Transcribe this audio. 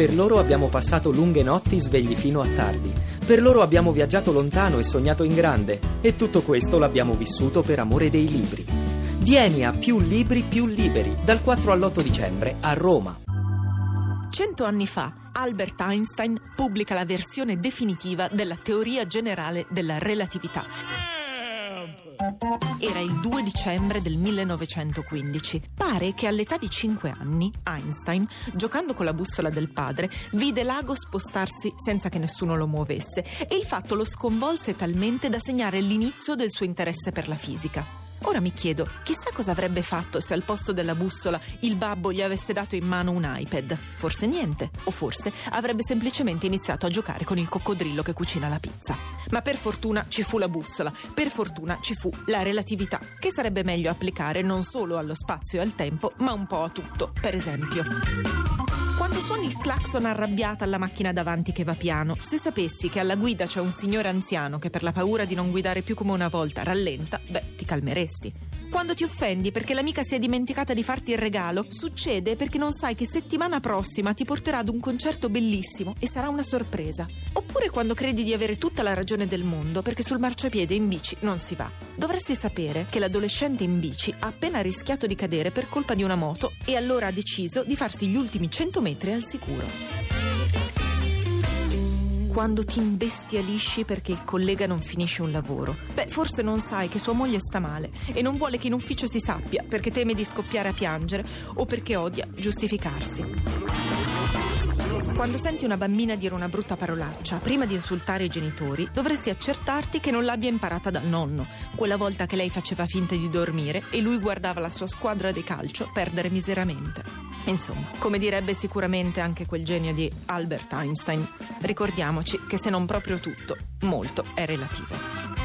Per loro abbiamo passato lunghe notti svegli fino a tardi. Per loro abbiamo viaggiato lontano e sognato in grande. E tutto questo l'abbiamo vissuto per amore dei libri. Vieni a Più Libri Più Liberi, dal 4 all'8 dicembre a Roma. 100 anni fa, Albert Einstein pubblica la versione definitiva della teoria generale della relatività. Era il 2 dicembre del 1915. Pare che all'età di 5 anni Einstein, giocando con la bussola del padre, vide l'ago spostarsi senza che nessuno lo muovesse, e il fatto lo sconvolse talmente da segnare l'inizio del suo interesse per la fisica. Ora mi chiedo, chissà cosa avrebbe fatto se al posto della bussola il babbo gli avesse dato in mano un iPad. Forse niente, o forse avrebbe semplicemente iniziato a giocare con il coccodrillo che cucina la pizza. Ma per fortuna ci fu la bussola, per fortuna ci fu la relatività, che sarebbe meglio applicare non solo allo spazio e al tempo, ma un po' a tutto. Per esempio, quando suoni il clacson arrabbiata alla macchina davanti che va piano, se sapessi che alla guida c'è un signore anziano che per la paura di non guidare più come una volta rallenta, beh, ti calmeresti. Quando ti offendi perché l'amica si è dimenticata di farti il regalo, succede perché non sai che settimana prossima ti porterà ad un concerto bellissimo e sarà una sorpresa. Oppure quando credi di avere tutta la ragione del mondo perché sul marciapiede in bici non si va. Dovresti sapere che l'adolescente in bici ha appena rischiato di cadere per colpa di una moto e allora ha deciso di farsi gli ultimi 100 metri al sicuro. Quando ti imbestialisci perché il collega non finisce un lavoro, beh, forse non sai che sua moglie sta male e non vuole che in ufficio si sappia perché teme di scoppiare a piangere o perché odia giustificarsi. Quando senti una bambina dire una brutta parolaccia, prima di insultare i genitori, dovresti accertarti che non l'abbia imparata dal nonno, quella volta che lei faceva finta di dormire e lui guardava la sua squadra di calcio perdere miseramente. Insomma, come direbbe sicuramente anche quel genio di Albert Einstein, ricordiamoci che se non proprio tutto, molto è relativo.